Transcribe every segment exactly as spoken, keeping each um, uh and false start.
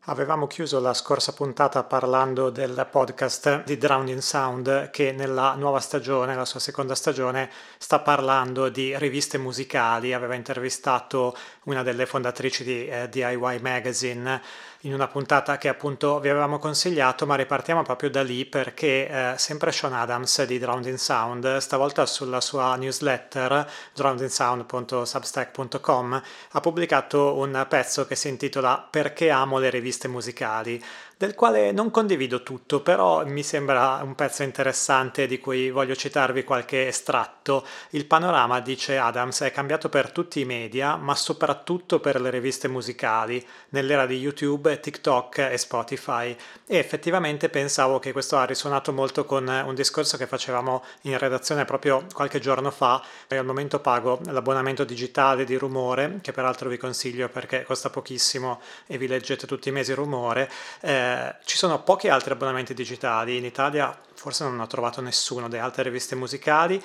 Avevamo chiuso la scorsa puntata parlando del podcast di Drowning Sound che nella nuova stagione, la sua seconda stagione, sta parlando di riviste musicali. Aveva intervistato una delle fondatrici di eh, D I Y Magazine in una puntata che appunto vi avevamo consigliato, ma ripartiamo proprio da lì perché eh, sempre Sean Adams di Drowning Sound, stavolta sulla sua newsletter drowning sound punto substack punto com, ha pubblicato un pezzo che si intitola Perché amo le riviste musicali, del quale non condivido tutto, però mi sembra un pezzo interessante di cui voglio citarvi qualche estratto. Il panorama, dice Adams, è cambiato per tutti i media, ma soprattutto per le riviste musicali, nell'era di YouTube, TikTok e Spotify. E effettivamente pensavo che questo ha risuonato molto con un discorso che facevamo in redazione proprio qualche giorno fa. Io al momento pago l'abbonamento digitale di Rumore, che peraltro vi consiglio perché costa pochissimo e vi leggete tutti i mesi Rumore. Eh, ci sono pochi altri abbonamenti digitali in Italia, forse non ho trovato nessuno delle altre riviste musicali,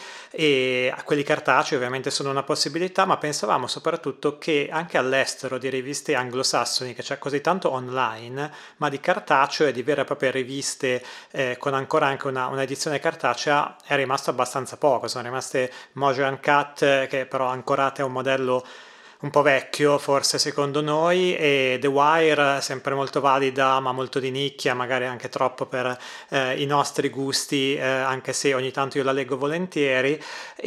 e quelli cartacei ovviamente sono una possibilità, ma pensavamo soprattutto che anche all'estero di riviste anglosassoni, che c'è così tanto online, ma di cartaceo e di vere e proprie riviste eh, con ancora anche una, un'edizione cartacea è rimasto abbastanza poco. Sono rimaste Mojo Uncut, che però ancorate a un modello un po' vecchio forse secondo noi, e The Wire sempre molto valida ma molto di nicchia, magari anche troppo per eh, i nostri gusti, eh, anche se ogni tanto io la leggo volentieri.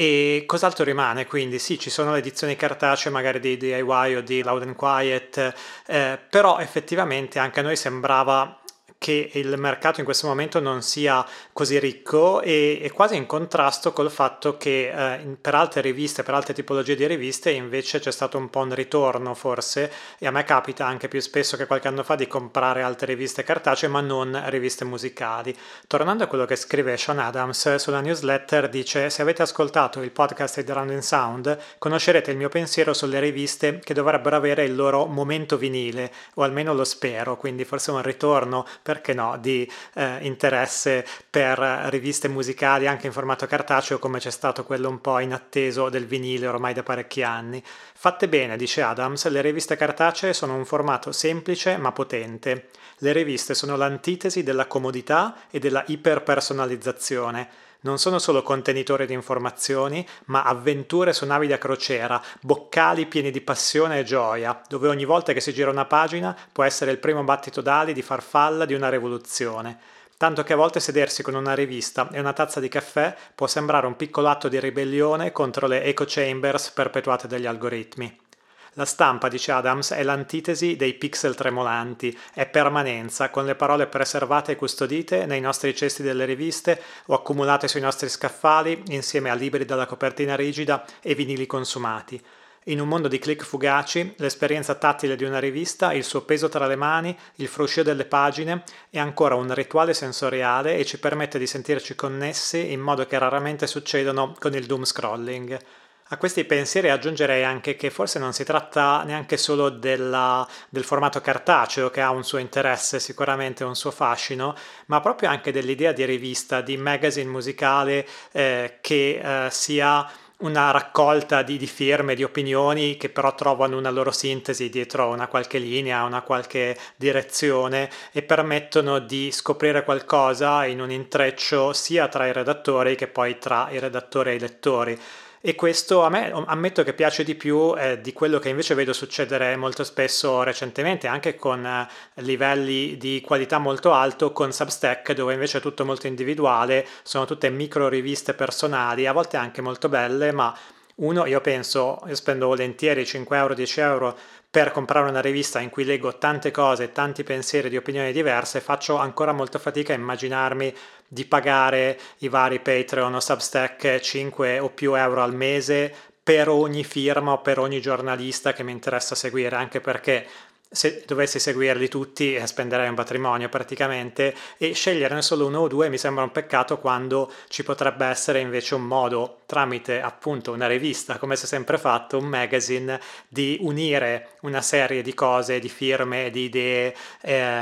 E cos'altro rimane? Quindi sì, ci sono le edizioni cartacee magari di D I Y o di Loud and Quiet, eh, però effettivamente anche a noi sembrava che il mercato in questo momento non sia così ricco, e, e quasi in contrasto col fatto che eh, in, per altre riviste, per altre tipologie di riviste invece c'è stato un po' un ritorno forse, e a me capita anche più spesso che qualche anno fa di comprare altre riviste cartacee ma non riviste musicali. Tornando a quello che scrive Sean Adams sulla newsletter, dice: se avete ascoltato il podcast di Drowning Sound conoscerete il mio pensiero sulle riviste che dovrebbero avere il loro momento vinile, o almeno lo spero, quindi forse un ritorno, perché no, di eh, interesse per riviste musicali anche in formato cartaceo, come c'è stato quello un po' inatteso del vinile ormai da parecchi anni. Fatte bene, dice Adams, le riviste cartacee sono un formato semplice ma potente. Le riviste sono l'antitesi della comodità e della iperpersonalizzazione. Non sono solo contenitori di informazioni, ma avventure su navi da crociera, boccali pieni di passione e gioia, dove ogni volta che si gira una pagina può essere il primo battito d'ali di farfalla di una rivoluzione. Tanto che a volte sedersi con una rivista e una tazza di caffè può sembrare un piccolo atto di ribellione contro le echo chambers perpetuate dagli algoritmi. La stampa, dice Adams, è l'antitesi dei pixel tremolanti, è permanenza, con le parole preservate e custodite nei nostri cesti delle riviste o accumulate sui nostri scaffali insieme a libri dalla copertina rigida e vinili consumati. In un mondo di click fugaci, l'esperienza tattile di una rivista, il suo peso tra le mani, il fruscio delle pagine è ancora un rituale sensoriale e ci permette di sentirci connessi in modo che raramente succedono con il doom scrolling. A questi pensieri aggiungerei anche che forse non si tratta neanche solo della, del formato cartaceo, che ha un suo interesse, sicuramente un suo fascino, ma proprio anche dell'idea di rivista, di magazine musicale eh, che eh, sia una raccolta di, di firme, di opinioni che però trovano una loro sintesi dietro una qualche linea, una qualche direzione, e permettono di scoprire qualcosa in un intreccio sia tra i redattori che poi tra i redattori e i lettori. E questo a me, ammetto che piace di più eh, di quello che invece vedo succedere molto spesso recentemente, anche con eh, livelli di qualità molto alto, con Substack, dove invece è tutto molto individuale, sono tutte micro riviste personali, a volte anche molto belle, ma uno, io penso, io spendo volentieri cinque euro, dieci euro per comprare una rivista in cui leggo tante cose, tanti pensieri di opinioni diverse. Faccio ancora molta fatica a immaginarmi di pagare i vari Patreon o Substack cinque o più euro al mese per ogni firma o per ogni giornalista che mi interessa seguire, anche perché se dovessi seguirli tutti spenderei un patrimonio praticamente, e sceglierne solo uno o due mi sembra un peccato, quando ci potrebbe essere invece un modo, tramite appunto una rivista, come si è sempre fatto, un magazine, di unire una serie di cose, di firme, di idee eh,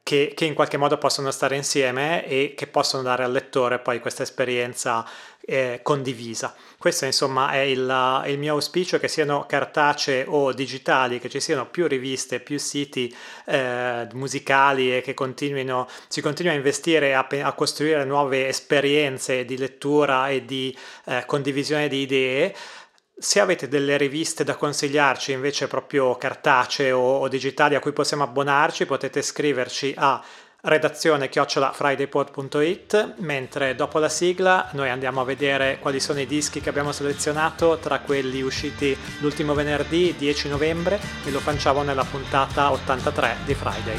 che, che in qualche modo possono stare insieme e che possono dare al lettore poi questa esperienza eh, condivisa. Questo insomma è il, il mio auspicio, che siano cartacee o digitali, che ci siano più riviste, più siti eh, musicali e che continuino, si continui a investire a, a costruire nuove esperienze di lettura e di eh, condivisione di idee. Se avete delle riviste da consigliarci invece proprio cartacee o, o digitali a cui possiamo abbonarci, potete scriverci a redazione chiocciola fridaypod punto it, mentre dopo la sigla noi andiamo a vedere quali sono i dischi che abbiamo selezionato tra quelli usciti l'ultimo venerdì dieci novembre, e lo facciamo nella puntata ottantatré di Friday.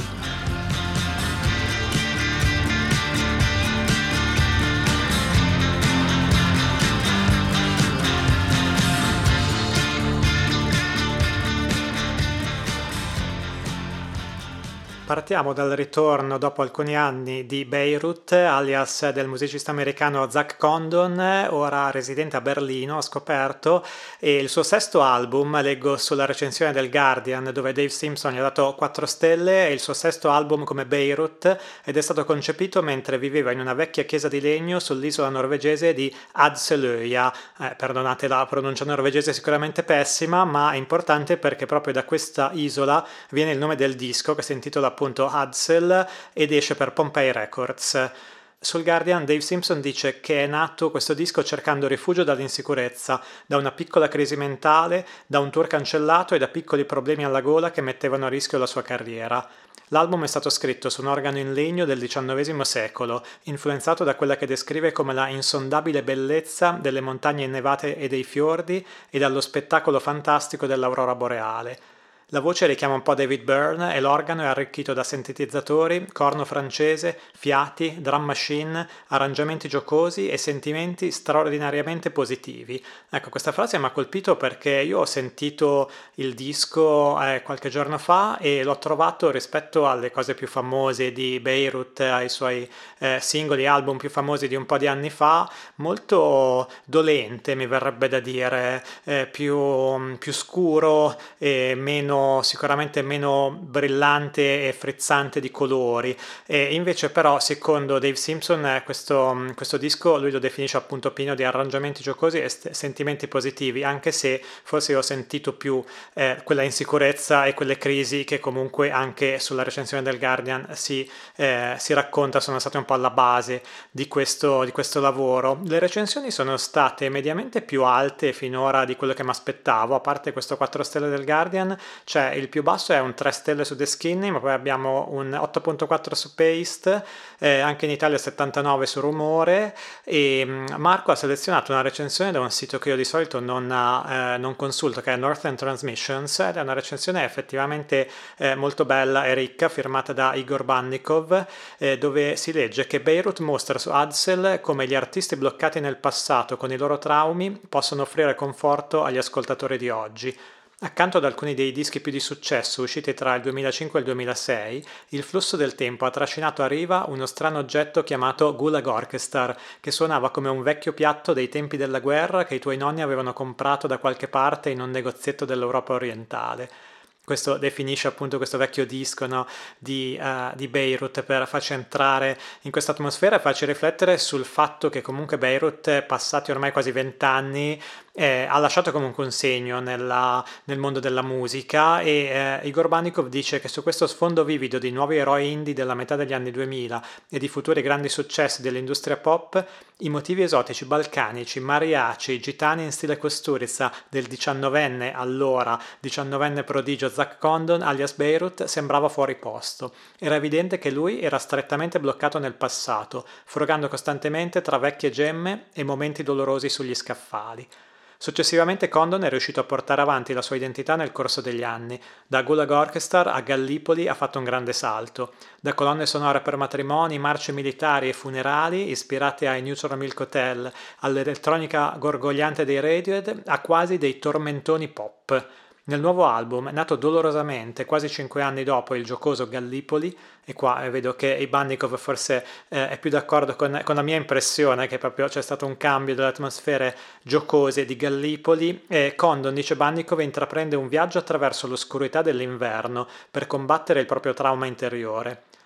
Partiamo dal ritorno dopo alcuni anni di Beirut, alias del musicista americano Zach Condon, ora residente a Berlino, ho scoperto, e il suo sesto album, leggo sulla recensione del Guardian dove Dave Simpson gli ha dato quattro stelle, è il suo sesto album come Beirut ed è stato concepito mentre viveva in una vecchia chiesa di legno sull'isola norvegese di Hadseløya. Eh, perdonate la pronuncia norvegese, sicuramente pessima, ma è importante perché proprio da questa isola viene il nome del disco, che si intitola appunto Hadsel ed esce per Pompeii Records. Sul Guardian Dave Simpson dice che è nato questo disco cercando rifugio dall'insicurezza, da una piccola crisi mentale, da un tour cancellato e da piccoli problemi alla gola che mettevano a rischio la sua carriera. L'album è stato scritto su un organo in legno del diciannovesimo secolo, influenzato da quella che descrive come la insondabile bellezza delle montagne innevate e dei fiordi e dallo spettacolo fantastico dell'aurora boreale. La voce richiama un po' David Byrne e l'organo è arricchito da sintetizzatori, corno francese, fiati, drum machine, arrangiamenti giocosi e sentimenti straordinariamente positivi. Ecco, questa frase mi ha colpito perché io ho sentito il disco eh, qualche giorno fa e l'ho trovato, rispetto alle cose più famose di Beirut, ai suoi eh, singoli album più famosi di un po' di anni fa, molto dolente, mi verrebbe da dire, eh, più, più scuro e meno sicuramente meno brillante e frizzante di colori. E invece però secondo Dave Simpson questo, questo disco lui lo definisce appunto pieno di arrangiamenti giocosi e st- sentimenti positivi, anche se forse io ho sentito più eh, quella insicurezza e quelle crisi che comunque anche sulla recensione del Guardian si, eh, si racconta sono state un po' alla base di questo, di questo lavoro. Le recensioni sono state mediamente più alte finora di quello che mi aspettavo, a parte questo quattro stelle del Guardian. Cioè il più basso è un tre stelle su The Skinny, ma poi abbiamo un otto virgola quattro su Paste, eh, anche in Italia settantanove su Rumore, e Marco ha selezionato una recensione da un sito che io di solito non, eh, non consulto, che è Northern Transmissions, ed è una recensione effettivamente eh, molto bella e ricca, firmata da Igor Bannikov, eh, dove si legge che Beirut mostra su Hadsel come gli artisti bloccati nel passato con i loro traumi possono offrire conforto agli ascoltatori di oggi. Accanto ad alcuni dei dischi più di successo usciti tra il duemilacinque e il duemilasei, il flusso del tempo ha trascinato a riva uno strano oggetto chiamato Gulag Orchestra, che suonava come un vecchio piatto dei tempi della guerra che i tuoi nonni avevano comprato da qualche parte in un negozietto dell'Europa orientale. Questo definisce appunto questo vecchio disco, no, di, uh, di Beirut, per farci entrare in questa atmosfera e farci riflettere sul fatto che comunque Beirut, passati ormai quasi vent'anni, eh, ha lasciato comunque un segno nella, nel mondo della musica, e eh, Igor Bannikov dice che su questo sfondo vivido di nuovi eroi indie della metà degli anni duemila e di futuri grandi successi dell'industria pop, i motivi esotici balcanici, mariaci, gitani in stile Kusturica del diciannovenne, allora diciannovenne prodigio Zach Condon alias Beirut, sembrava fuori posto. Era evidente che lui era strettamente bloccato nel passato, frugando costantemente tra vecchie gemme e momenti dolorosi sugli scaffali. Successivamente Condon è riuscito a portare avanti la sua identità nel corso degli anni. Da Gulag Orchestra a Gallipoli ha fatto un grande salto. Da colonne sonore per matrimoni, marce militari e funerali ispirate ai Neutral Milk Hotel, all'elettronica gorgogliante dei Radiohead, a quasi dei tormentoni pop. Nel nuovo album, nato dolorosamente quasi cinque anni dopo il giocoso Gallipoli, e qua eh, vedo che Ibannikov forse eh, è più d'accordo con, con la mia impressione, che proprio c'è stato un cambio delle atmosfere giocose di Gallipoli, e Condon, dice Bannikov, intraprende un viaggio attraverso l'oscurità dell'inverno per combattere il proprio trauma interiore.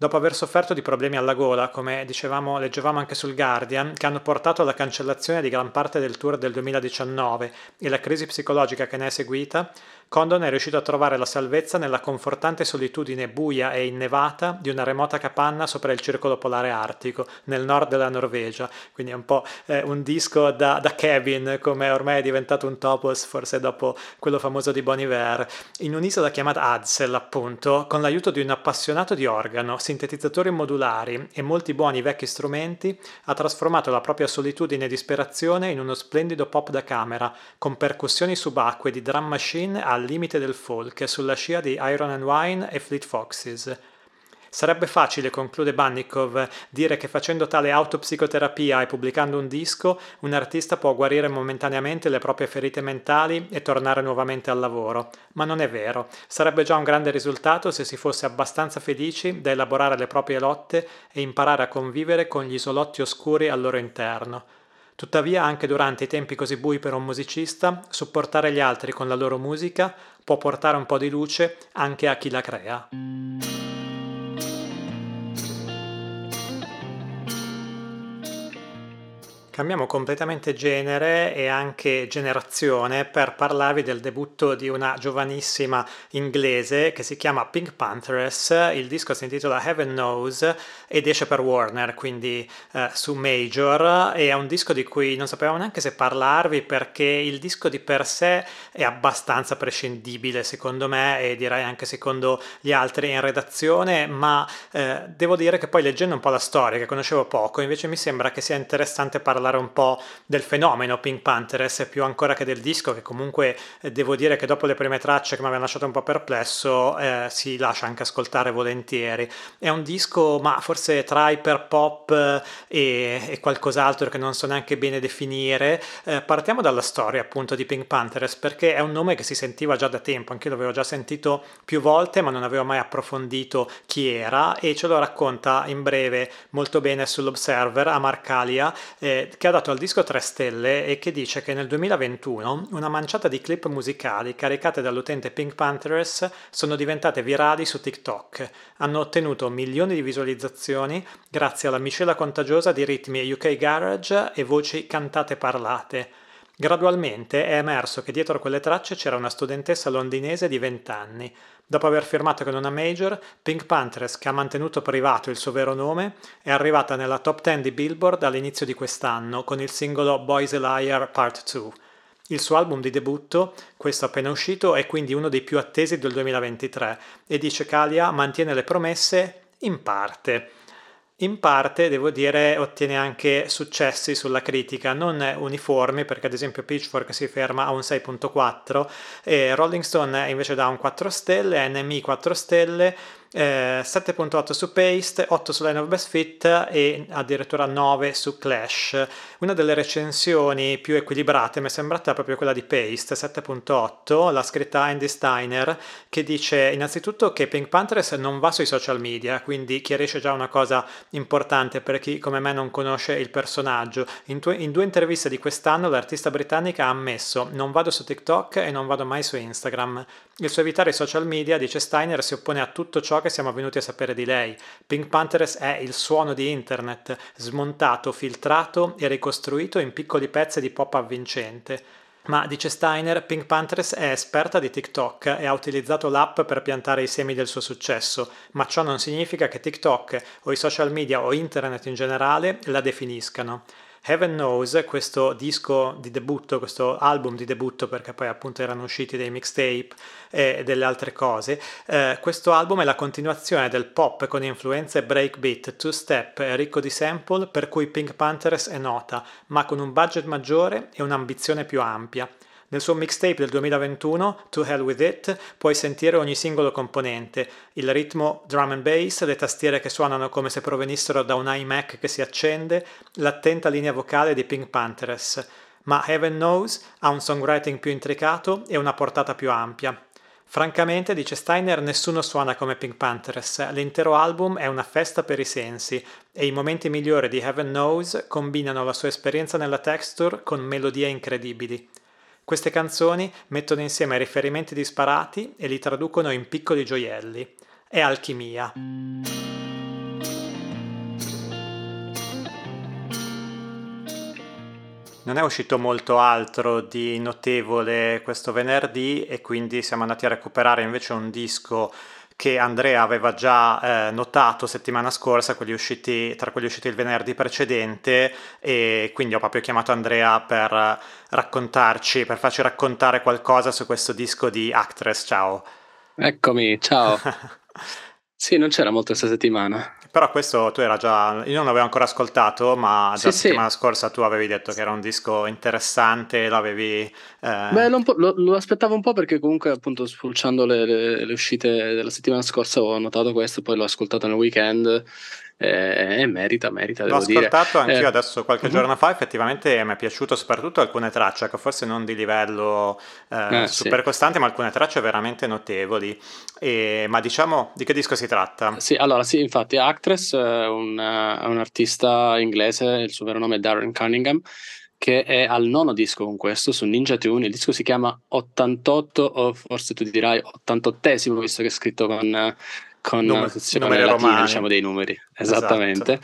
Dopo aver sofferto di problemi alla gola, come dicevamo, leggevamo anche sul Guardian, che hanno portato alla cancellazione di gran parte del tour del duemiladiciannove e la crisi psicologica che ne è seguita, Condon è riuscito a trovare la salvezza nella confortante solitudine buia e innevata di una remota capanna sopra il circolo polare artico, nel nord della Norvegia. Quindi è un po' eh, un disco da, da Kevin, come ormai è diventato un topos, forse dopo quello famoso di Bon Iver, in un'isola chiamata Adsel, appunto, con l'aiuto di un appassionato di organo, sintetizzatori modulari e molti buoni vecchi strumenti, ha trasformato la propria solitudine e disperazione in uno splendido pop da camera, con percussioni subacquee di drum machine al limite del folk, sulla scia di Iron and Wine e Fleet Foxes. Sarebbe facile, conclude Bannikov, dire che facendo tale autopsicoterapia e pubblicando un disco, un artista può guarire momentaneamente le proprie ferite mentali e tornare nuovamente al lavoro. Ma non è vero. Sarebbe già un grande risultato se si fosse abbastanza felici da elaborare le proprie lotte e imparare a convivere con gli isolotti oscuri al loro interno. Tuttavia, anche durante i tempi così bui per un musicista, supportare gli altri con la loro musica può portare un po' di luce anche a chi la crea. Cambiamo completamente genere e anche generazione per parlarvi del debutto di una giovanissima inglese che si chiama Pink Pantheress. Il disco si intitola Heaven Knows ed esce per Warner, quindi eh, su Major, e è un disco di cui non sapevamo neanche se parlarvi perché il disco di per sé è abbastanza prescindibile secondo me e direi anche secondo gli altri in redazione, ma eh, devo dire che poi leggendo un po' la storia, che conoscevo poco, invece mi sembra che sia interessante parlare un po' del fenomeno Pink Pantheress più ancora che del disco, che comunque eh, devo dire che dopo le prime tracce che mi avevano lasciato un po' perplesso eh, si lascia anche ascoltare volentieri. È un disco ma forse tra hyper pop eh, e, e qualcos'altro che non so neanche bene definire. Eh, partiamo dalla storia appunto di Pink Pantheress, perché è un nome che si sentiva già da tempo, anche io l'avevo già sentito più volte ma non avevo mai approfondito chi era, e ce lo racconta in breve molto bene sull'Observer Amar Kalia, eh, che ha dato al disco tre stelle e che dice che nel duemilaventuno una manciata di clip musicali caricate dall'utente Pink Pantheress sono diventate virali su TikTok. Hanno ottenuto milioni di visualizzazioni grazie alla miscela contagiosa di ritmi U K Garage e voci cantate parlate. Gradualmente è emerso che dietro quelle tracce c'era una studentessa londinese di venti anni. Dopo aver firmato con una major, Pink Pantheress, che ha mantenuto privato il suo vero nome, è arrivata nella top dieci di Billboard all'inizio di quest'anno con il singolo Boys a Liar Part due. Il suo album di debutto, questo appena uscito, è quindi uno dei più attesi del duemilaventitré e dice Kalia mantiene le promesse in parte. In parte, devo dire, ottiene anche successi sulla critica, non uniformi, perché ad esempio Pitchfork si ferma a un sei virgola quattro, e Rolling Stone invece dà un quattro stelle, N M I quattro stelle, eh, sette virgola otto su Paste, otto su Line of Best Fit e addirittura nove su Clash. Una delle recensioni più equilibrate mi è sembrata proprio quella di Paste, sette virgola otto, l'ha scritta Andy Steiner, che dice innanzitutto che Pink Pantheress non va sui social media, quindi chiarisce già una cosa importante per chi come me non conosce il personaggio. In, tu- in due interviste di quest'anno l'artista britannica ha ammesso non vado su TikTok e non vado mai su Instagram. Il suo evitare i social media, dice Steiner, si oppone a tutto ciò che siamo venuti a sapere di lei. Pink Pantheress è il suono di internet, smontato, filtrato e ricostruito in piccoli pezzi di pop avvincente. Ma, dice Steiner, Pink Pantheress è esperta di TikTok e ha utilizzato l'app per piantare i semi del suo successo, ma ciò non significa che TikTok o i social media o internet in generale la definiscano. Heaven Knows, questo disco di debutto, questo album di debutto, perché poi appunto erano usciti dei mixtape e delle altre cose, eh, questo album è la continuazione del pop con influenze breakbeat, two-step e ricco di sample per cui Pink Pantheress è nota, ma con un budget maggiore e un'ambizione più ampia. Nel suo mixtape del duemilaventuno, To Hell With It, puoi sentire ogni singolo componente, il ritmo drum and bass, le tastiere che suonano come se provenissero da un iMac che si accende, l'attenta linea vocale di Pink Pantheress. Ma Heaven Knows ha un songwriting più intricato e una portata più ampia. Francamente, dice Steiner, nessuno suona come Pink Pantheress, l'intero album è una festa per i sensi e i momenti migliori di Heaven Knows combinano la sua esperienza nella texture con melodie incredibili. Queste canzoni mettono insieme riferimenti disparati e li traducono in piccoli gioielli. È alchimia. Non è uscito molto altro di notevole questo venerdì e quindi siamo andati a recuperare invece un disco che Andrea aveva già eh, notato settimana scorsa, quelli usciti, tra quelli usciti il venerdì precedente, e quindi ho proprio chiamato Andrea per raccontarci, per farci raccontare qualcosa su questo disco di Actress. Ciao. Eccomi, ciao. Sì, non c'era molto questa settimana. Però questo tu era già, io non l'avevo ancora ascoltato, ma già Sì, sì. settimana scorsa tu avevi detto che era un disco interessante, l'avevi... Beh, eh, lo, un po'- lo- lo aspettavo un po' perché comunque appunto spulciando le, le- le uscite della settimana scorsa ho notato questo, poi l'ho ascoltato nel weekend eh, e merita, merita, L'ho devo dire. ascoltato anch'io Eh, adesso qualche mhm. giorno fa, effettivamente mi è piaciuto soprattutto alcune tracce, che forse non di livello eh, Eh, sì. super costante, ma alcune tracce veramente notevoli. E- ma diciamo, di che disco si tratta? Sì, allora sì, infatti Actress è un, eh, è un artista inglese, il suo vero nome è Darren Cunningham, che è al nono disco con questo, su Ninja Tune. Il disco si chiama ottantotto, o forse tu dirai ottantottesimo, visto che è scritto con, eh, con la Num- sezione numeri latina, romani. diciamo, dei numeri. Esatto. Esattamente.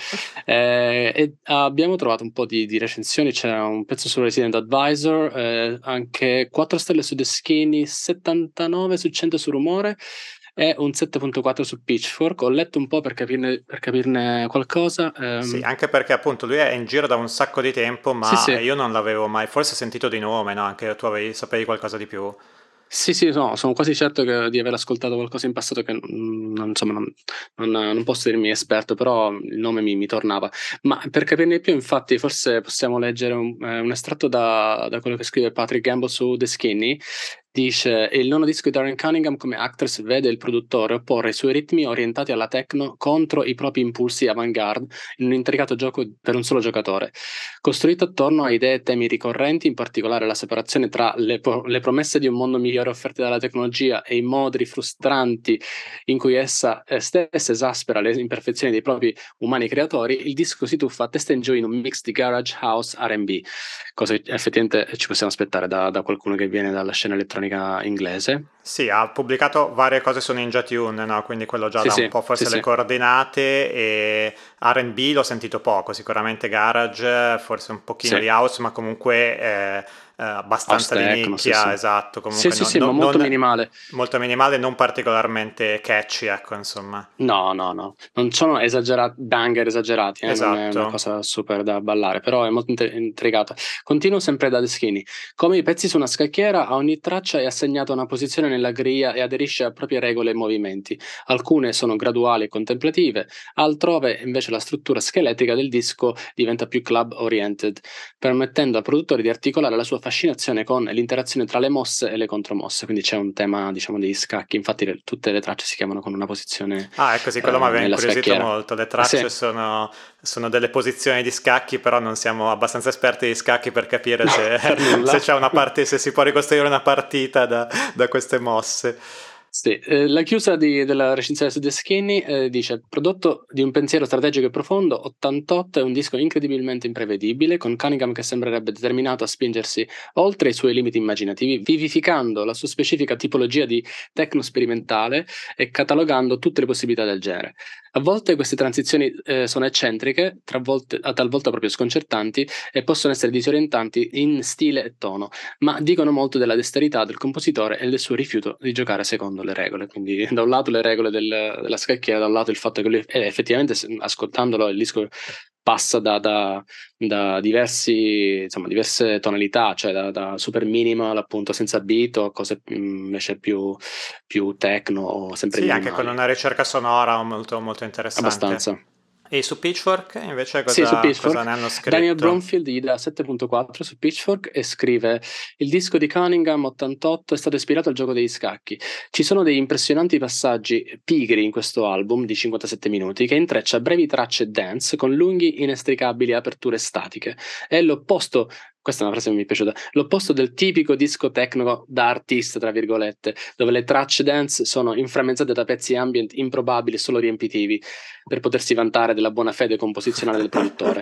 Eh, e abbiamo trovato un po' di, di recensioni, c'era un pezzo su Resident Advisor, eh, anche quattro stelle su The Skinny, settantanove su cento su Rumore e un sette virgola quattro su Pitchfork. Ho letto un po' per capirne, per capirne qualcosa. Sì, ehm, anche perché appunto lui è in giro da un sacco di tempo, sì, ma sì. io non l'avevo mai, forse sentito di nome, no? Anche tu avevi, sapevi qualcosa di più. Sì, sì, no, sono quasi certo che- di aver ascoltato qualcosa in passato che mm, non, insomma, non, non- non posso dirmi esperto, però il nome mi, mi tornava. Ma per capirne di più, infatti, forse possiamo leggere un, eh, un estratto da, da quello che scrive Patrick Gamble su The Skinny. Dice: il nono disco di Darren Cunningham come Actress vede il produttore opporre i suoi ritmi orientati alla techno contro i propri impulsi avant-garde in un intricato gioco per un solo giocatore. Costruito attorno a idee e temi ricorrenti, in particolare la separazione tra le, po- le promesse di un mondo migliore offerte dalla tecnologia e i modi frustranti in cui essa eh, stessa esaspera le imperfezioni dei propri umani creatori, il disco si tuffa a testa in giù in un mix di garage house R and B, cosa che effettivamente ci possiamo aspettare da, da qualcuno che viene dalla scena elettronica inglese. Sì, ha pubblicato varie cose su Ninja Tune, no? Quindi quello già Sì, dà un sì, po' sì, forse le sì. coordinate, e R and B l'ho sentito poco, sicuramente garage, forse un pochino Sì, di house, ma comunque eh, eh, house abbastanza di techno, sì, nicchia, sì. esatto, Sì, comunque sì, no- sì, ma no- molto non minimale. molto minimale, non particolarmente catchy, ecco, insomma. No, no, no, non sono esagerati, banger esagerati, eh, non è una Esatto. cosa super da ballare, però è molto int- intrigata. Continuo sempre da The Skinny. Come i pezzi su una scacchiera, a ogni traccia è assegnata una posizione nella griglia e aderisce a proprie regole e movimenti. Alcune sono graduali e contemplative, altrove invece la struttura scheletrica del disco diventa più club oriented, permettendo al produttore di articolare la sua fascinazione con l'interazione tra le mosse e le contromosse. Quindi c'è un tema, diciamo, degli scacchi. Infatti, le- tutte le tracce si chiamano con una posizione Ah, ecco sì, quello mi eh, aveva nella incuriosito scacchiera. molto. Le Eh sì, tracce sono, sono delle posizioni di scacchi, però non siamo abbastanza esperti di scacchi per capire no, se, per se nulla. c'è una parte, se si può ricostruire una partita da, da queste mosse. Sì, eh, la chiusa di- della recensione su The Skinny eh, dice: prodotto di un pensiero strategico e profondo, ottantotto è un disco incredibilmente imprevedibile, con Cunningham che sembrerebbe determinato a spingersi oltre i suoi limiti immaginativi, vivificando la sua specifica tipologia di techno sperimentale e catalogando tutte le possibilità del genere. A volte queste transizioni eh, sono eccentriche, tra volte- a talvolta proprio sconcertanti, e possono essere disorientanti in stile e tono, ma dicono molto della desterità del compositore e del suo rifiuto di giocare secondo le regole. Quindi, da un lato le regole del- della scacchiera, da un lato il fatto che lui, eh, effettivamente, se- ascoltandolo, il disco passa da, da- da diversi, insomma, diverse tonalità, cioè da, da super minimal, appunto, senza beat, a cose mm, invece più, più techno o sempre Sì, anche con minimali. una ricerca sonora molto, molto interessante. Abbastanza. E su Pitchfork invece Sì, su cosa, cosa ne Pitchfork. hanno Daniel scritto? Bromfield gli dà sette virgola quattro su Pitchfork e scrive: il disco di Cunningham ottantotto è stato ispirato al gioco degli scacchi. Ci sono dei impressionanti passaggi pigri in questo album di cinquantasette minuti che intreccia brevi tracce dance con lunghi inestricabili aperture statiche. È l'opposto, questa è una frase che mi è piaciuta, l'opposto del tipico disco tecnico da artista, tra virgolette, dove le tracce dance sono inframmezzate da pezzi ambient improbabili e solo riempitivi per potersi vantare della buona fede composizionale del produttore.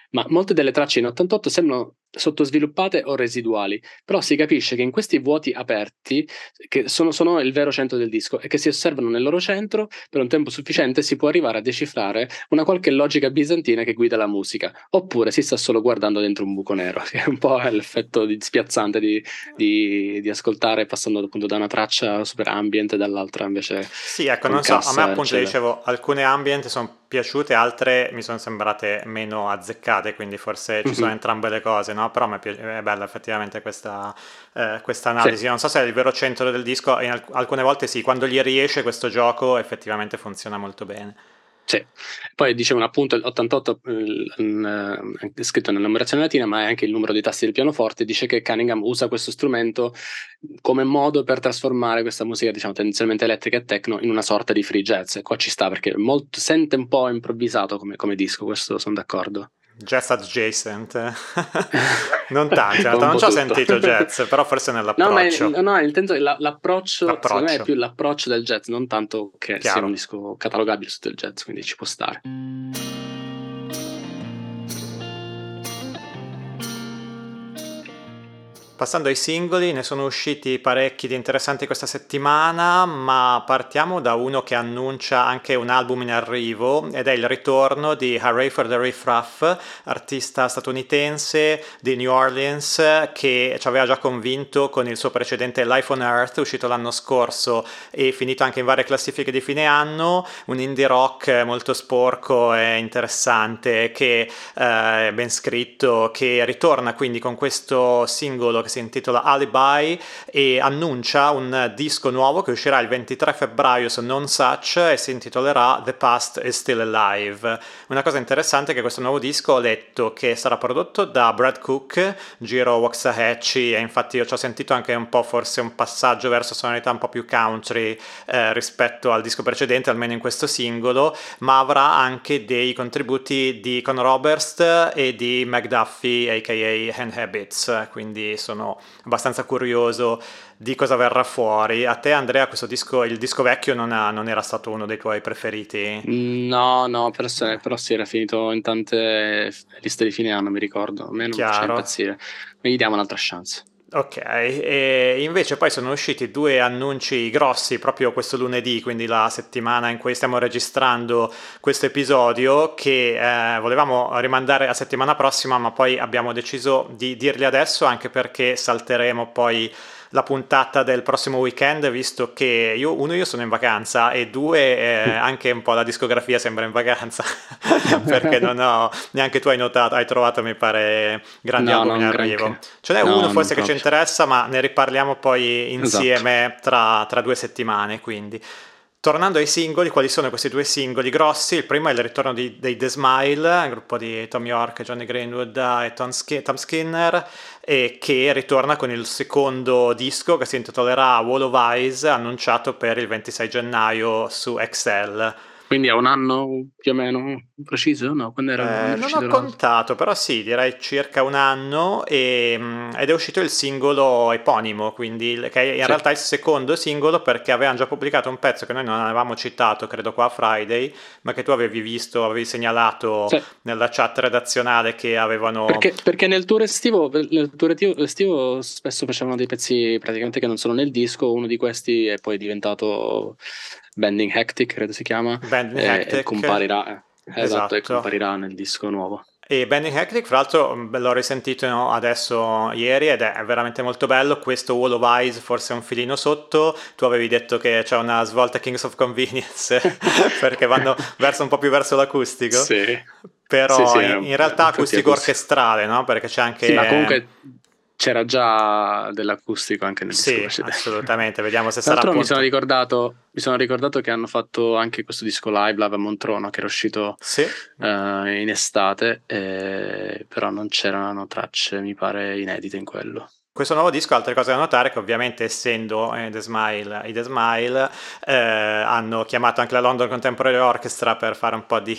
ma molte delle tracce in ottantotto sembrano sottosviluppate o residuali, però si capisce che in questi vuoti aperti, che sono, sono il vero centro del disco e che si osservano nel loro centro per un tempo sufficiente, si può arrivare a decifrare una qualche logica bizantina che guida la musica, oppure si sta solo guardando dentro un buco nero, che è un po' l'effetto di, spiazzante di, di, di ascoltare passando appunto da una traccia super ambient e dall'altra invece Sì, ecco, con non so, a me cassa, appunto eccetera. dicevo, alcune ambient sono piaciute, altre mi sono sembrate meno azzeccate, quindi forse ci sono Mhm. entrambe le cose, no? Però mi è, pi- è bella effettivamente questa, eh, questa Sì. analisi. Non so se è il vero centro del disco, in alc- alcune volte sì, quando gli riesce questo gioco effettivamente funziona molto bene. Sì, poi dicevano appunto ottantotto eh, è scritto nella numerazione latina, ma è anche il numero dei tasti del pianoforte. Dice che Cunningham usa questo strumento come modo per trasformare questa musica, diciamo, tendenzialmente elettrica e techno in una sorta di free jazz. E qua ci sta perché è molto, sente un po' improvvisato come, come disco, questo sono d'accordo. Jazz adjacent, non tanto, in realtà Un non po' ci ho tutto. sentito jazz, però forse No, ma nell'approccio. no, intendo la- l'approccio, secondo me è L'approccio, più l'approccio del jazz, non tanto che sia un chiaro. disco catalogabile sotto il jazz, quindi ci può stare. Passando ai singoli, ne sono usciti parecchi di interessanti questa settimana, ma partiamo da uno che annuncia anche un album in arrivo ed è il ritorno di Hooray for the Riff Raff, artista statunitense di New Orleans che ci aveva già convinto con il suo precedente Life on Earth, uscito l'anno scorso e finito anche in varie classifiche di fine anno, un indie rock molto sporco e interessante che eh, ben scritto, che ritorna quindi con questo singolo che si intitola Alibi e annuncia un disco nuovo che uscirà il ventitré febbraio su Non Such e si intitolerà The Past is Still Alive. Una cosa interessante è che questo nuovo disco ho letto che sarà prodotto da Brad Cook, Giro Waxahachie, e infatti io ci ho sentito anche un po' forse un passaggio verso sonorità un po' più country eh, rispetto al disco precedente, almeno in questo singolo, ma avrà anche dei contributi di Con Roberts e di McDuffie aka Hand Habits, quindi sono abbastanza curioso di cosa verrà fuori. A te Andrea questo disco, il disco vecchio non, ha- non era stato uno dei tuoi preferiti? No, no, però, se- però si era finito in tante f- liste di fine anno, mi ricordo. A me non faceva Chiaro. impazzire. Ma gli diamo un'altra chance. Ok, e invece poi sono usciti due annunci grossi proprio questo lunedì, quindi la settimana in cui stiamo registrando questo episodio, che eh, volevamo rimandare a settimana prossima, ma poi abbiamo deciso di dirli adesso anche perché salteremo poi la puntata del prossimo weekend, visto che io, uno, io sono in vacanza e due, eh, anche un po' la discografia sembra in vacanza, perché non ho, neanche tu hai notato, hai trovato, mi pare, grandi No, album in non arrivo. granché. Ce n'è uno No, non forse che ci proprio. interessa, ma ne riparliamo poi Esatto. insieme tra, tra due settimane, quindi. Tornando ai singoli, quali sono questi due singoli grossi? Il primo è il ritorno di- dei The Smile, il gruppo di Tom York, Johnny Greenwood e Tom, Ski- Tom Skinner, e che ritorna con il secondo disco che si intitolerà Wall of Eyes, annunciato per il ventisei gennaio su Excel. Quindi a un anno più o meno preciso? No, quando era, quando Eh, era non ho uscito l'altro? contato, però sì, direi circa un anno e, mm, ed è uscito il singolo eponimo, quindi il- che è in Sì. realtà il secondo singolo perché avevano già pubblicato un pezzo che noi non avevamo citato, credo qua a Friday, ma che tu avevi visto, avevi segnalato Sì. nella chat redazionale che avevano. Perché, perché nel tour estivo, nel tour estivo estivo spesso facevano dei pezzi praticamente che non sono nel disco, uno di questi è poi diventato Bending Hectic, credo si chiama, Bending e, e Hectic, comparirà, eh, esatto, e esatto. comparirà nel disco nuovo. E Bending Hectic, fra l'altro, mh, l'ho risentito no, adesso ieri ed è veramente molto bello. Questo Wall of Eyes forse è un filino sotto. Tu avevi detto che c'è una svolta Kings of Convenience perché vanno verso un po' più verso l'acustico. Sì, sì, Però sì, in, eh, in realtà infatti è acustico acustico. orchestrale, no? Perché c'è Sì, ma anche. comunque c'era già dell'acustico anche nel disco Sì, precedente. assolutamente. Vediamo se Tra sarà l'altro mi sono appunto. ricordato, mi sono ricordato che hanno fatto anche questo disco live, Live a Montrono, che era uscito Sì. eh, in estate, eh, però non c'erano tracce, mi pare, inedite in quello. Questo nuovo disco, altre cose da notare, che ovviamente essendo eh, The Smile, i The Smile, eh, hanno chiamato anche la London Contemporary Orchestra per fare un po' di,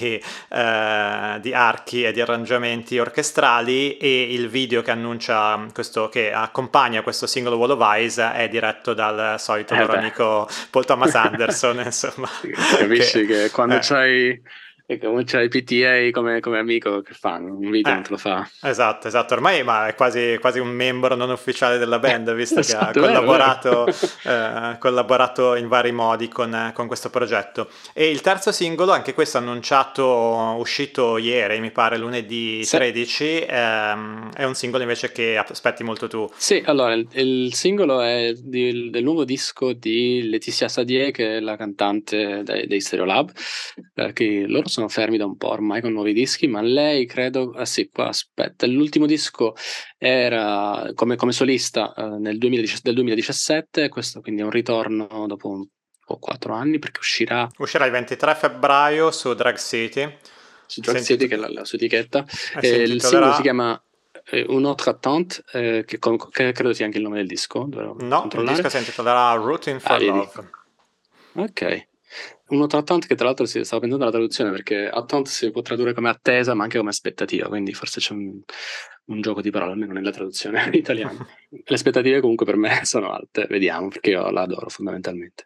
eh, di archi e di arrangiamenti orchestrali e il video che annuncia questo, che accompagna questo singolo Wall of Eyes è diretto dal solito Eh loro beh. amico Paul Thomas Anderson, insomma. Capisci che, che quando eh, c'hai E come c'è i P T A come, come amico che fanno un video, Eh, non te lo fa. esatto, esatto, ormai ma è quasi, quasi un membro non ufficiale della band, visto che ha Esatto, è vero, è collaborato, vero. eh, collaborato in vari modi con, con questo progetto. E il terzo singolo, anche questo annunciato, uscito ieri, mi pare lunedì Sì. tredici, ehm, è un singolo invece che aspetti molto tu. Sì, allora il, il singolo è di- del nuovo disco di Laetitia Sadier, che è la cantante dei, dei Stereolab, eh, che loro sono fermi da un po' ormai con nuovi dischi, ma lei credo, ah sì, qua aspetta, l'ultimo disco era come, come solista eh, nel duemiladiciassette, del duemiladiciassette, questo quindi è un ritorno dopo un o quattro anni perché uscirà Uscirà il ventitré febbraio su Drag City, su si, Drug City, intitu- che è la, la sua etichetta. e si E il singolo si intitolerà... chiama eh, Un autre attente, eh, che, con- che credo sia anche il nome del disco, dovrò No, il controllare. disco si intitolerà Rooting Ah, for vedi. Love. Ok. Un autre attente che tra l'altro si, stavo pensando alla traduzione, perché attente si può tradurre come attesa, ma anche come aspettativa, quindi forse c'è un, un gioco di parole, almeno nella traduzione italiana. Le aspettative comunque per me sono alte, vediamo, perché io la adoro fondamentalmente.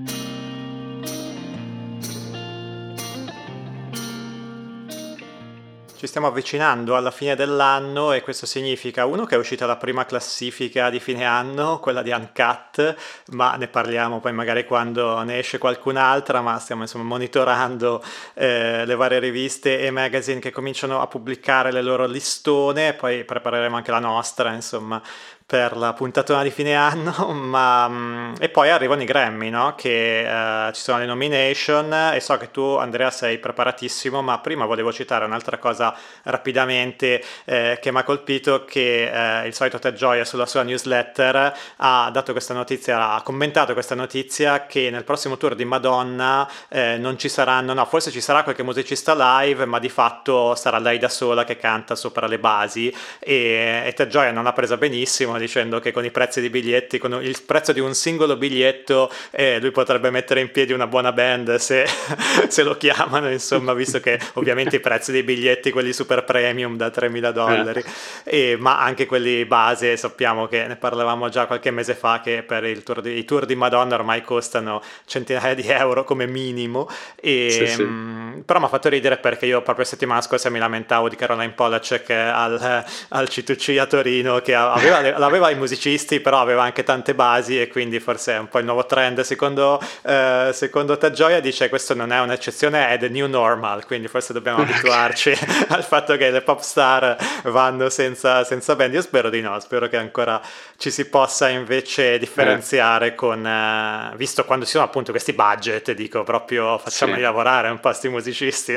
Ci stiamo avvicinando alla fine dell'anno e questo significa, uno, che è uscita la prima classifica di fine anno, quella di Uncut, ma ne parliamo poi magari quando ne esce qualcun'altra, ma stiamo insomma monitorando eh, le varie riviste e magazine che cominciano a pubblicare le loro listone, poi prepareremo anche la nostra, insomma, per la puntatona di fine anno, ma mm, e poi arrivano i Grammy, no? Che eh, ci sono le nomination e so che tu, Andrea, sei preparatissimo, ma prima volevo citare un'altra cosa rapidamente eh, che mi ha colpito, che eh, il solito Ted Gioia sulla sua newsletter ha dato questa notizia, ha commentato questa notizia che nel prossimo tour di Madonna eh, non ci saranno, no, forse ci sarà qualche musicista live, ma di fatto sarà lei da sola che canta sopra le basi e, e Ted Gioia non l'ha presa benissimo, dicendo che con i prezzi di biglietti, con il prezzo di un singolo biglietto, eh, lui potrebbe mettere in piedi una buona band se, se lo chiamano, insomma, visto che ovviamente i prezzi dei biglietti, quelli super premium da tremila Eh, dollari, e, ma anche quelli base, sappiamo che ne parlavamo già qualche mese fa, che per il tour di, i tour di Madonna ormai costano centinaia di euro come minimo, sì, e, sì. mh, però mi ha fatto ridere perché io proprio settimana scorsa mi lamentavo di Caroline Polacek al, al C due C a Torino, che aveva, aveva i musicisti, però aveva anche tante basi e quindi forse è un po' il nuovo trend. Secondo, eh, secondo Ted Gioia dice questo non è un'eccezione, è the new normal, quindi forse dobbiamo abituarci al fatto che le pop star vanno senza, senza band. Io spero di no, spero che ancora ci si possa invece Eh, differenziare con, eh, visto quando ci sono appunto questi budget, dico proprio facciamoli sì. lavorare un po' sti musicisti.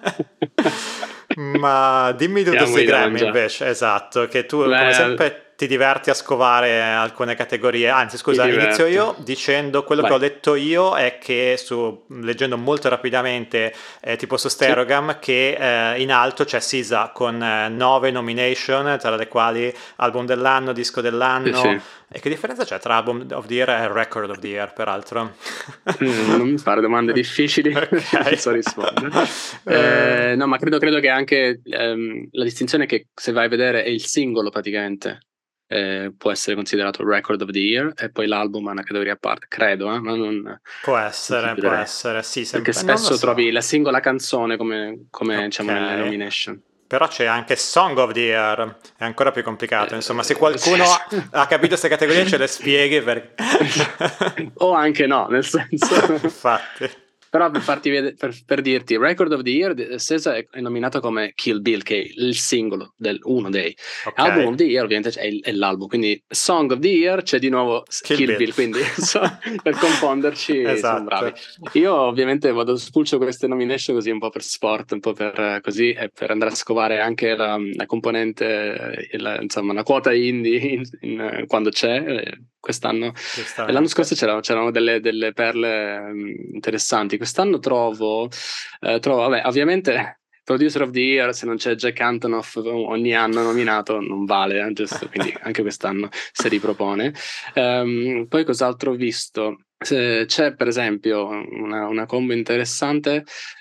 Ma dimmi tutto sui Diamogli da Grammy mangiare. invece, esatto, che tu come Beh, sempre ti diverti a scovare alcune categorie. Anzi, mi scusa, inizio diverto. io dicendo quello che ho Vai. letto io è che su, leggendo molto rapidamente, eh, tipo su Sì, Stereogam, che eh, in alto c'è Sisa con eh, nove nomination, tra le quali album dell'anno, disco sì, dell'anno. sì. E che differenza c'è tra album of the year e record of the year, peraltro? Mm, non mi fare domande difficili, non Ok. so rispondere. Eh, Eh, no, ma credo, credo che anche ehm, la distinzione è che se vai a vedere è il singolo praticamente. Eh, può essere considerato Record of the Year e poi l'album è una categoria a parte, credo, eh, ma non, può non ti essere, può giurerei. essere, sì, Perché sempre, non lo spesso trovi so. la singola canzone come, come diciamo nelle Ok. nomination. Però c'è anche Song of the Year, è ancora più complicato. Insomma, se Eh, sì, qualcuno sì. ha capito queste categorie ce le spieghi perché... O anche no, nel senso. Infatti. Però per farti vedere, per, per dirti, Record of the Year, Sesa è, è nominato come Kill Bill, che è il singolo del uno dei. Ok. Album of the Year ovviamente è, il- è l'album, quindi Song of the Year c'è di nuovo s- Kill Kill Bill. Bill, quindi so- per confonderci sono bravi. Esatto. Io ovviamente vado spulcio queste nomination così un po' per sport, un po' per eh, così, e per andare a scovare anche la, la componente, eh, la, insomma, una quota indie in- in- quando c'è. eh, Quest'anno, e l'anno scorso Giustamente. c'erano, c'erano delle, delle perle um, interessanti. Quest'anno trovo, eh, trovo, vabbè, ovviamente Producer of the Year, se non c'è Jack Antonoff ogni anno nominato, non vale, eh, giusto? Quindi anche quest'anno si ripropone. Um, poi cos'altro ho visto? Se c'è per esempio una, una combo interessante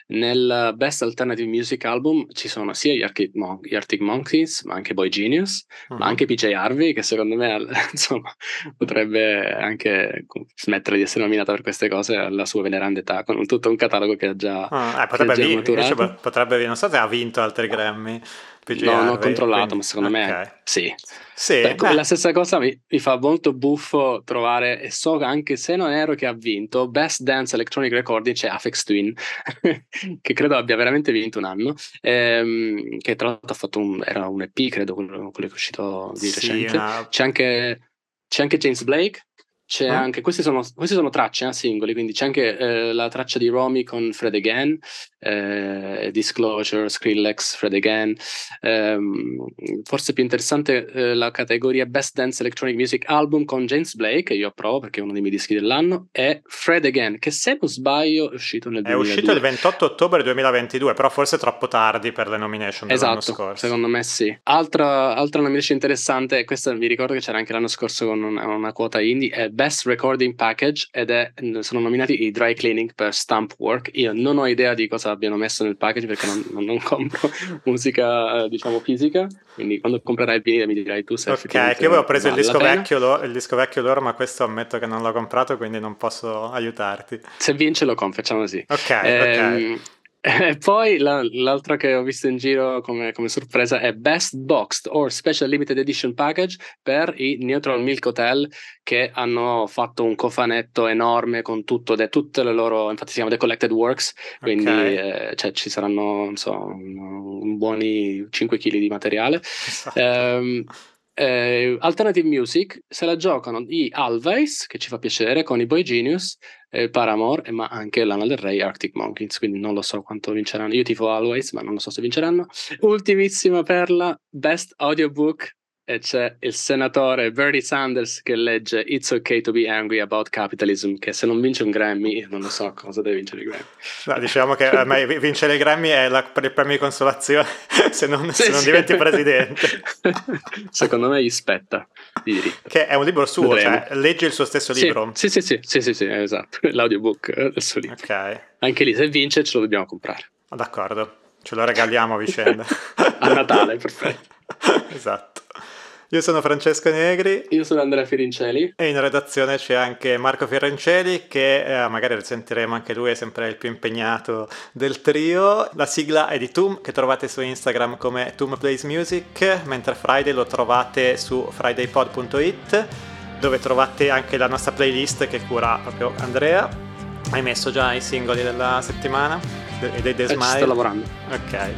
Nel Best Alternative Music Album ci sono sia gli Arctic, Mon- gli Arctic Monkeys, ma anche Boy Genius, uh-huh. ma anche P J Harvey, che secondo me insomma potrebbe anche smettere di essere nominata per queste cose alla sua veneranda età, con tutto un catalogo che ha già, uh, eh, potrebbe, che ha già vi- maturato. potrebbe, non so se ha vinto altri Grammy. P J No, Harvey, non ho controllato, quindi, ma secondo okay. me sì. Sì, Beh, beh. La stessa cosa mi, mi fa molto buffo trovare, e so anche se non ero che ha vinto Best Dance Electronic Recording, c'è Aphex Twin che credo abbia veramente vinto un anno, ehm, che tra l'altro ha fatto un, era un E P, credo, quello, quello che è uscito di sì, recente. una... c'è anche c'è anche James Blake. C'è mm? anche, questi sono, questi sono tracce, eh, singoli, quindi c'è anche eh, la traccia di Romy con Fred Again, eh, Disclosure, Skrillex, Fred Again. Um, forse più interessante eh, la categoria Best Dance Electronic Music Album con James Blake, che io approvo perché è uno dei miei dischi dell'anno, e Fred Again, che se non sbaglio è uscito nel è duemiladue. uscito il ventotto ottobre duemilaventidue, però forse troppo tardi per le nomination dell'anno Esatto, scorso. secondo me sì. Altra, altra nomination interessante, questa mi ricordo che c'era anche l'anno scorso con una, una quota indie, è Best Recording Package, ed è, sono nominati i Dry Cleaning per Stamp Work. Io non ho idea di cosa abbiano messo nel package perché non, non, non compro musica, diciamo, fisica, quindi quando comprerai il vinile mi dirai tu se ok, effettivamente che io avevo preso vale il disco, la pena. vecchio, lo, il disco vecchio loro, ma questo ammetto che non l'ho comprato, quindi non posso aiutarti. Se vince lo compro, facciamo così. Ok, Ehm, ok. E poi la, l'altra che ho visto in giro come, come sorpresa è Best Boxed or Special Limited Edition Package per i Neutral Milk Hotel, che hanno fatto un cofanetto enorme con tutto, de, tutte le loro, infatti si chiama The Collected Works, quindi okay. eh, cioè, ci saranno non so, un, un buoni cinque chili di materiale. Esatto. Ehm, Eh, Alternative Music se la giocano i Always, che ci fa piacere, con i Boy Genius, eh, Paramore, ma anche Lana Del Rey, Arctic Monkeys, quindi non lo so quanto vinceranno. Io tifo Always, ma non lo so se vinceranno. Ultimissima perla, Best Audiobook, e c'è il senatore Bernie Sanders che legge It's Okay to be Angry About Capitalism, che se non vince un Grammy non lo so cosa deve vincere il Grammy. No, diciamo che a me vincere il Grammy è la, per il premio di consolazione se non, sì, se non sì. diventi presidente. Secondo me gli spetta di diritto. Che è un libro suo, Vedremo. cioè legge il suo stesso sì, libro. Sì, sì, sì, sì, sì, sì, esatto, l'audiobook del suo libro. Ok. Anche lì se vince ce lo dobbiamo comprare. D'accordo, ce lo regaliamo a vicenda. A Natale, perfetto. Esatto. Io sono Francesco Negri. Io sono Andrea Firincelli. E in redazione c'è anche Marco Firencelli, che eh, magari risentiremo anche lui, è sempre il più impegnato del trio. La sigla è di Tum, che trovate su Instagram come Tum Plays Music, mentre Friday lo trovate su friday pod punto it, dove trovate anche la nostra playlist che cura proprio Andrea. Hai messo già i singoli della settimana? E dei The Eh, ci Smile? sto lavorando. Ok.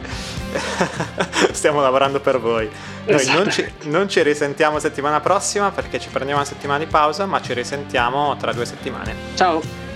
Stiamo lavorando per voi. Noi Esatto. non, ci, non ci risentiamo settimana prossima perché ci prendiamo una settimana di pausa, ma ci risentiamo tra due settimane. Ciao!